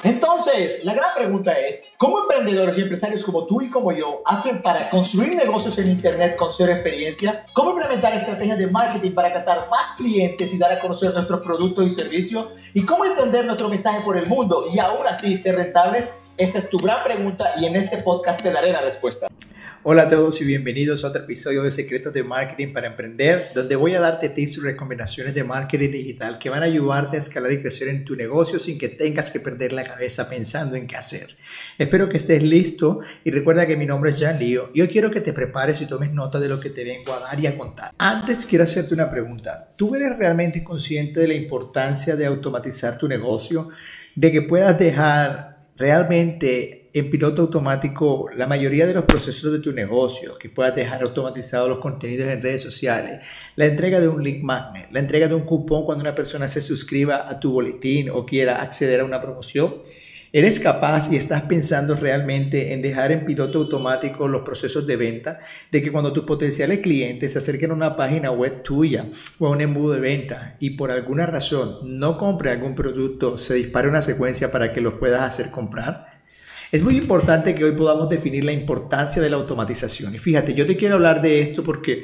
Entonces, la gran pregunta es, ¿cómo emprendedores y empresarios como tú y como yo hacen para construir negocios en Internet con cero experiencia? ¿Cómo implementar estrategias de marketing para captar más clientes y dar a conocer nuestros productos y servicios? ¿Y cómo extender nuestro mensaje por el mundo y aún así ser rentables? Esta es tu gran pregunta y en este podcast te daré la respuesta. Hola a todos y bienvenidos a otro episodio de Secretos de Marketing para Emprender, donde voy a darte tips y recomendaciones de marketing digital que van a ayudarte a escalar y crecer en tu negocio sin que tengas que perder la cabeza pensando en qué hacer. Espero que estés listo y recuerda que mi nombre es Jan Leo y hoy quiero que te prepares y tomes nota de lo que te vengo a dar y a contar. Antes quiero hacerte una pregunta. ¿Tú eres realmente consciente de la importancia de automatizar tu negocio? De que puedas dejar realmente en piloto automático la mayoría de los procesos de tu negocio, que puedas dejar automatizados los contenidos en redes sociales, la entrega de un lead magnet, la entrega de un cupón cuando una persona se suscriba a tu boletín o quiera acceder a una promoción. ¿Eres capaz y estás pensando realmente en dejar en piloto automático los procesos de venta? De que cuando tus potenciales clientes se acerquen a una página web tuya o a un embudo de venta y por alguna razón no compre algún producto, se dispare una secuencia para que los puedas hacer comprar? Es muy importante que hoy podamos definir la importancia de la automatización. Y fíjate, yo te quiero hablar de esto porque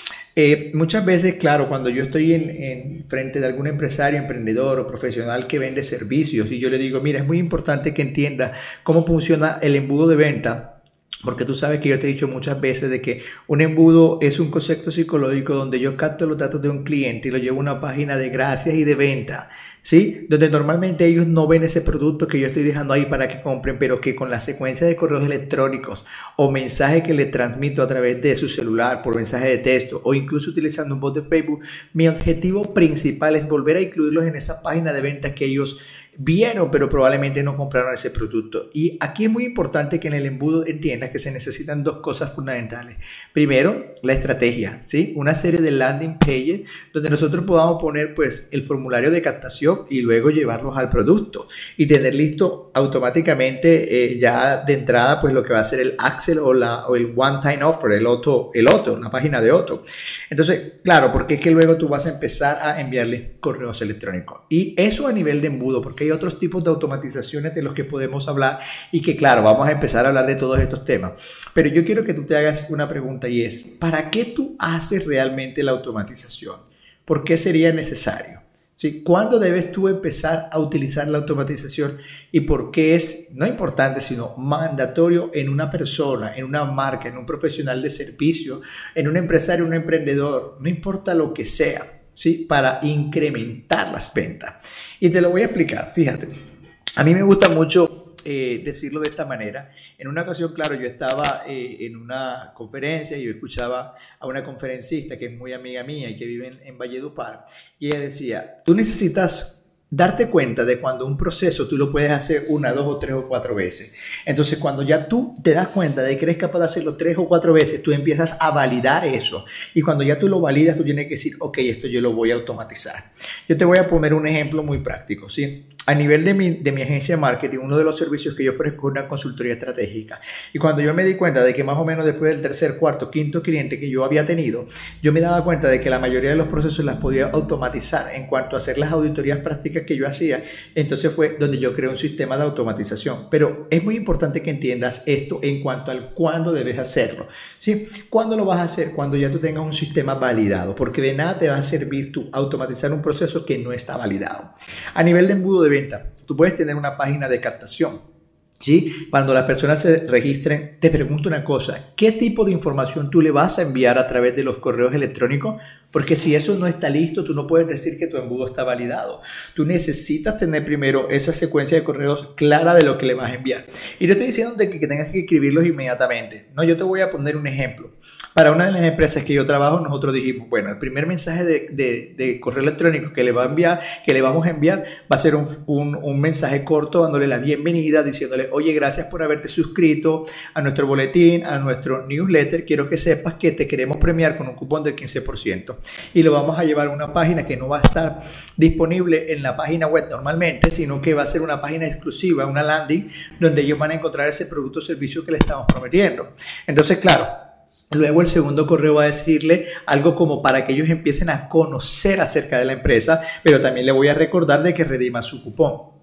muchas veces, claro, cuando yo estoy en frente de algún empresario, emprendedor o profesional que vende servicios y yo le digo, mira, es muy importante que entienda cómo funciona el embudo de venta. Porque tú sabes que yo te he dicho muchas veces de que un embudo es un concepto psicológico donde yo capto los datos de un cliente y lo llevo a una página de gracias y de venta, ¿sí? Donde normalmente ellos no ven ese producto que yo estoy dejando ahí para que compren, pero que con la secuencia de correos electrónicos o mensajes que le transmito a través de su celular por mensaje de texto o incluso utilizando un bot de Facebook, mi objetivo principal es volver a incluirlos en esa página de venta que ellos vieron, pero probablemente no compraron ese producto. Y aquí es muy importante que en el embudo entiendas que se necesitan dos cosas fundamentales. Primero, la estrategia, ¿sí? Una serie de landing pages donde nosotros podamos poner pues el formulario de captación y luego llevarlos al producto y tener listo automáticamente ya de entrada pues lo que va a ser el Axel o el one time offer, el Otto, la página de Otto. Entonces, claro, porque es que luego tú vas a empezar a enviarle correos electrónicos y eso a nivel de embudo, porque hay otros tipos de automatizaciones de los que podemos hablar y que claro, vamos a empezar a hablar de todos estos temas. Pero yo quiero que tú te hagas una pregunta y es, ¿para qué tú haces realmente la automatización? ¿Por qué sería necesario? ¿Sí? ¿Cuándo debes tú empezar a utilizar la automatización y por qué es, no importante, sino mandatorio en una persona, en una marca, en un profesional de servicio, en un empresario, un emprendedor, no importa lo que sea? ¿Sí? Para incrementar las ventas. Y te lo voy a explicar, fíjate. A mí me gusta mucho decirlo de esta manera. En una ocasión, claro, yo estaba en una conferencia y yo escuchaba a una conferencista que es muy amiga mía y que vive en Valledupar. Y ella decía, tú necesitas darte cuenta de cuando un proceso tú lo puedes hacer una, dos o tres o cuatro veces. Entonces, cuando ya tú te das cuenta de que eres capaz de hacerlo tres o cuatro veces, tú empiezas a validar eso. Y cuando ya tú lo validas, tú tienes que decir, ok, esto yo lo voy a automatizar. Yo te voy a poner un ejemplo muy práctico, ¿sí? A nivel de mi agencia de marketing, uno de los servicios que yo ofrezco es una consultoría estratégica. Y cuando yo me di cuenta de que más o menos después del tercer, cuarto, quinto cliente que yo había tenido, yo me daba cuenta de que la mayoría de los procesos las podía automatizar en cuanto a hacer las auditorías prácticas que yo hacía. Entonces fue donde yo creé un sistema de automatización. Pero es muy importante que entiendas esto en cuanto al cuándo debes hacerlo, ¿sí? ¿Cuándo lo vas a hacer? Cuando ya tú tengas un sistema validado, porque de nada te va a servir tú automatizar un proceso que no está validado. A nivel de embudo de venta, tú puedes tener una página de captación, ¿sí? Cuando las personas se registren, te pregunto una cosa, ¿qué tipo de información tú le vas a enviar a través de los correos electrónicos? Porque si eso no está listo, tú no puedes decir que tu embudo está validado. Tú necesitas tener primero esa secuencia de correos clara de lo que le vas a enviar. Y no estoy diciendo que tengas que escribirlos inmediatamente. No, yo te voy a poner un ejemplo. Para una de las empresas que yo trabajo, nosotros dijimos, bueno, el primer mensaje de correo electrónico que le vamos a enviar va a ser un mensaje corto dándole la bienvenida, diciéndole, oye, gracias por haberte suscrito a nuestro boletín, a nuestro newsletter. Quiero que sepas que te queremos premiar con un cupón del 15%. Y lo vamos a llevar a una página que no va a estar disponible en la página web normalmente, sino que va a ser una página exclusiva, una landing, donde ellos van a encontrar ese producto o servicio que le estamos prometiendo. Entonces, claro, luego el segundo correo va a decirle algo como para que ellos empiecen a conocer acerca de la empresa, pero también le voy a recordar de que redima su cupón.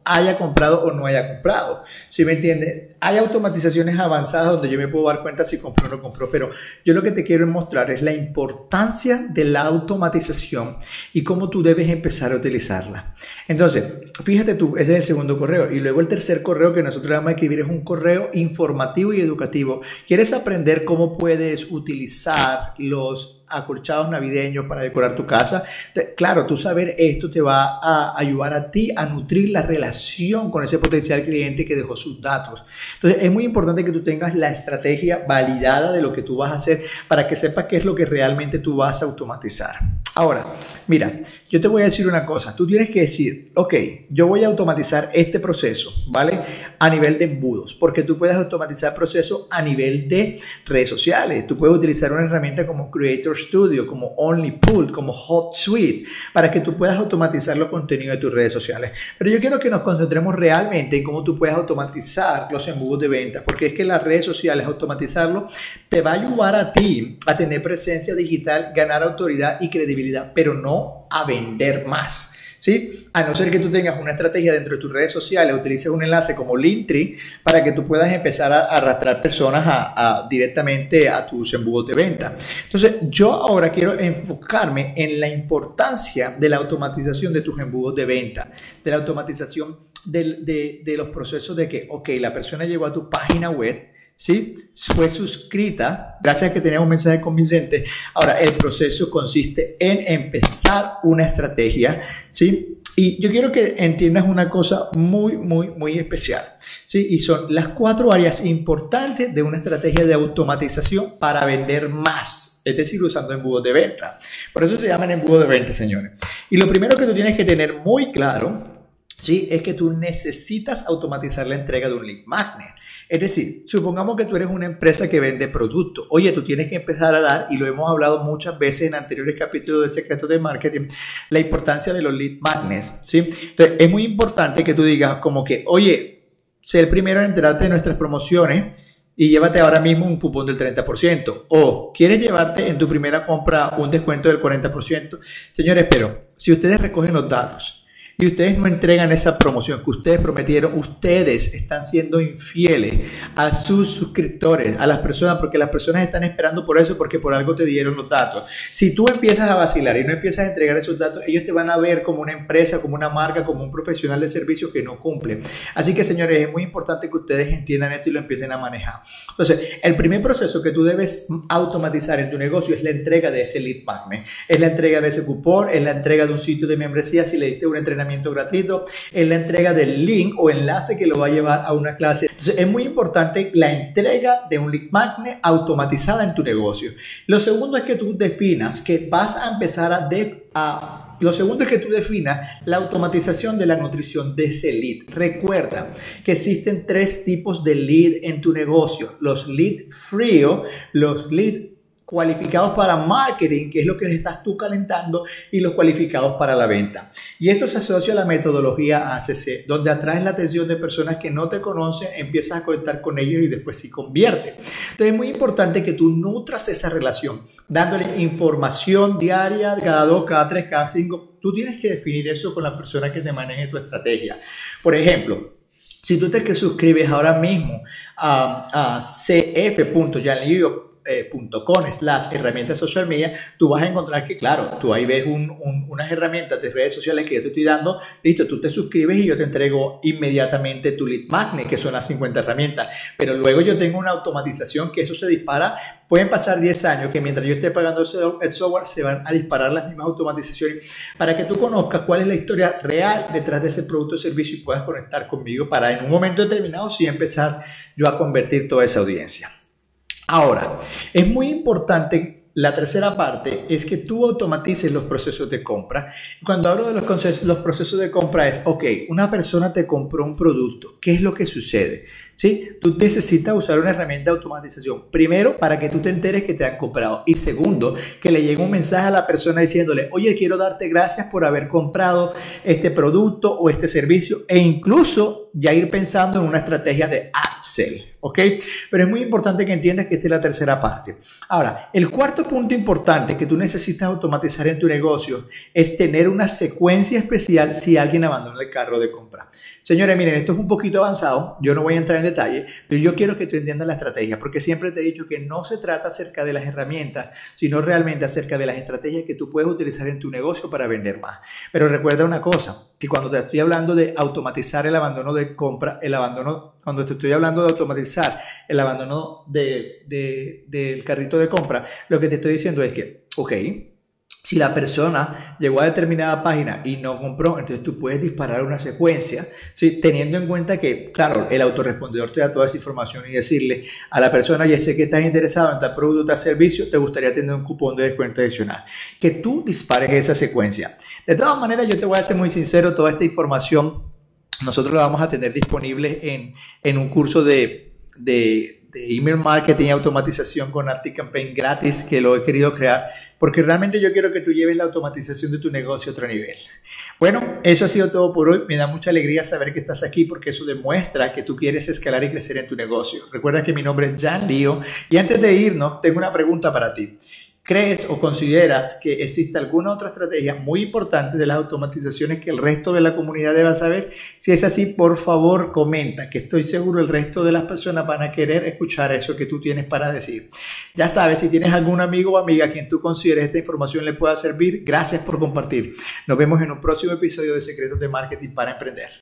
haya comprado o no haya comprado. ¿Sí me entiendes? Hay automatizaciones avanzadas donde yo me puedo dar cuenta si compró o no compró, pero yo lo que te quiero mostrar es la importancia de la automatización y cómo tú debes empezar a utilizarla. Entonces, fíjate tú, ese es el segundo correo. Y luego el tercer correo que nosotros le vamos a escribir es un correo informativo y educativo. ¿Quieres aprender cómo puedes utilizar los acolchados navideños para decorar tu casa? Claro, tú saber esto te va a ayudar a ti a nutrir la relación con ese potencial cliente que dejó sus datos. Entonces, es muy importante que tú tengas la estrategia validada de lo que tú vas a hacer para que sepas qué es lo que realmente tú vas a automatizar. Ahora, mira, yo te voy a decir una cosa. Tú tienes que decir, ok, yo voy a automatizar este proceso, ¿vale? A nivel de embudos, porque tú puedes automatizar procesos a nivel de redes sociales. Tú puedes utilizar una herramienta como Creator Studio, como OnlyPool, como HotSuite, para que tú puedas automatizar los contenidos de tus redes sociales. Pero yo quiero que nos concentremos realmente en cómo tú puedes automatizar los embudos de venta, porque es que las redes sociales, automatizarlo, te va a ayudar a ti a tener presencia digital, ganar autoridad y credibilidad, pero no a vender más. ¿Sí? A no ser que tú tengas una estrategia dentro de tus redes sociales, utilices un enlace como Linktree para que tú puedas empezar a arrastrar personas directamente a tus embudos de venta. Entonces, yo ahora quiero enfocarme en la importancia de la automatización de tus embudos de venta, de la automatización de los procesos de que, ok, la persona llegó a tu página web, ¿sí? Fue suscrita, gracias a que teníamos un mensaje convincente. Ahora, el proceso consiste en empezar una estrategia, ¿sí? Y yo quiero que entiendas una cosa muy especial, ¿sí? Y son las 4 áreas importantes de una estrategia de automatización para vender más, es decir, usando embudos de venta. Por eso se llaman embudos de venta, señores. Y lo primero que tú tienes que tener muy claro, ¿sí? Es que tú necesitas automatizar la entrega de un lead magnet. Es decir, supongamos que tú eres una empresa que vende productos. Oye, tú tienes que empezar a dar, y lo hemos hablado muchas veces en anteriores capítulos de Secretos de Marketing, la importancia de los lead magnets, ¿sí? Entonces, es muy importante que tú digas como que, oye, sé el primero en enterarte de nuestras promociones y llévate ahora mismo un cupón del 30%. O, ¿quieres llevarte en tu primera compra un descuento del 40%? Señores, pero si ustedes recogen los datos y ustedes no entregan esa promoción que ustedes prometieron, ustedes están siendo infieles a sus suscriptores, a las personas, porque las personas están esperando por eso, porque por algo te dieron los datos. Si tú empiezas a vacilar y no empiezas a entregar esos datos, ellos te van a ver como una empresa, como una marca, como un profesional de servicio que no cumple. Así que, señores, es muy importante que ustedes entiendan esto y lo empiecen a manejar. Entonces, el primer proceso que tú debes automatizar en tu negocio es la entrega de ese lead magnet, es la entrega de ese cupón, es la entrega de un sitio de membresía si le diste un entrenamiento gratuito, es la entrega del link o enlace que lo va a llevar a una clase. Entonces, es muy importante la entrega de un lead magnet automatizada en tu negocio. Lo segundo es que tú definas que vas a empezar Lo segundo es que tú definas la automatización de la nutrición de ese lead. Recuerda que existen 3 tipos de lead en tu negocio: los lead fríos, los lead cualificados para marketing, que es lo que estás tú calentando, y los cualificados para la venta. Y esto se asocia a la metodología ACC, donde atraes la atención de personas que no te conocen, empiezas a conectar con ellos y después sí convierte. Entonces es muy importante que tú nutras esa relación, dándole información diaria, cada 2, cada 3, cada 5. Tú tienes que definir eso con la persona que te maneje tu estrategia. Por ejemplo, si tú te suscribes ahora mismo a cf.janlillo.com/herramientas social media, tú vas a encontrar que, claro, tú ahí ves unas herramientas de redes sociales que yo te estoy dando. Listo, tú te suscribes y yo te entrego inmediatamente tu lead magnet, que son las 50 herramientas. Pero luego yo tengo una automatización que eso se dispara. Pueden pasar 10 años que mientras yo esté pagando el software se van a disparar las mismas automatizaciones para que tú conozcas cuál es la historia real detrás de ese producto o servicio y puedas conectar conmigo para en un momento determinado sí empezar yo a convertir toda esa audiencia. Ahora, es muy importante, la tercera parte es que tú automatices los procesos de compra. Cuando hablo de los procesos de compra es, ok, una persona te compró un producto, ¿qué es lo que sucede? ¿Sí? Tú necesitas usar una herramienta de automatización. Primero, para que tú te enteres que te han comprado. Y segundo, que le llegue un mensaje a la persona diciéndole, oye, quiero darte gracias por haber comprado este producto o este servicio. E incluso ya ir pensando en una estrategia de upsell. ¿ok? Pero es muy importante que entiendas que esta es la tercera parte. Ahora, el cuarto punto importante que tú necesitas automatizar en tu negocio es tener una secuencia especial si alguien abandona el carro de compra. Señores, miren, esto es un poquito avanzado, yo no voy a entrar en detalle, pero yo quiero que tú entiendas la estrategia, porque siempre te he dicho que no se trata acerca de las herramientas, sino realmente acerca de las estrategias que tú puedes utilizar en tu negocio para vender más. Pero recuerda una cosa, que cuando te estoy hablando de automatizar el abandono de compra, cuando te estoy hablando de automatizar el abandono del carrito de compra, lo que te estoy diciendo es que, ok, si la persona llegó a determinada página y no compró, entonces tú puedes disparar una secuencia, ¿sí? Teniendo en cuenta que, claro, el autorrespondedor te da toda esa información y decirle a la persona, ya sé que estás interesado en tal producto o tal servicio, te gustaría tener un cupón de descuento adicional. Que tú dispares esa secuencia. De todas maneras, yo te voy a ser muy sincero, toda esta información nosotros la vamos a tener disponible en un curso de email marketing y automatización con ActiveCampaign gratis, que lo he querido crear porque realmente yo quiero que tú lleves la automatización de tu negocio a otro nivel. Bueno, eso ha sido todo por hoy. Me da mucha alegría saber que estás aquí porque eso demuestra que tú quieres escalar y crecer en tu negocio. Recuerda que mi nombre es Jan Lío y antes de irnos tengo una pregunta para ti. ¿Crees o consideras que existe alguna otra estrategia muy importante de las automatizaciones que el resto de la comunidad deba saber? Si es así, por favor, comenta, que estoy seguro el resto de las personas van a querer escuchar eso que tú tienes para decir. Ya sabes, si tienes algún amigo o amiga a quien tú consideres esta información le pueda servir, gracias por compartir. Nos vemos en un próximo episodio de Secretos de Marketing para Emprender.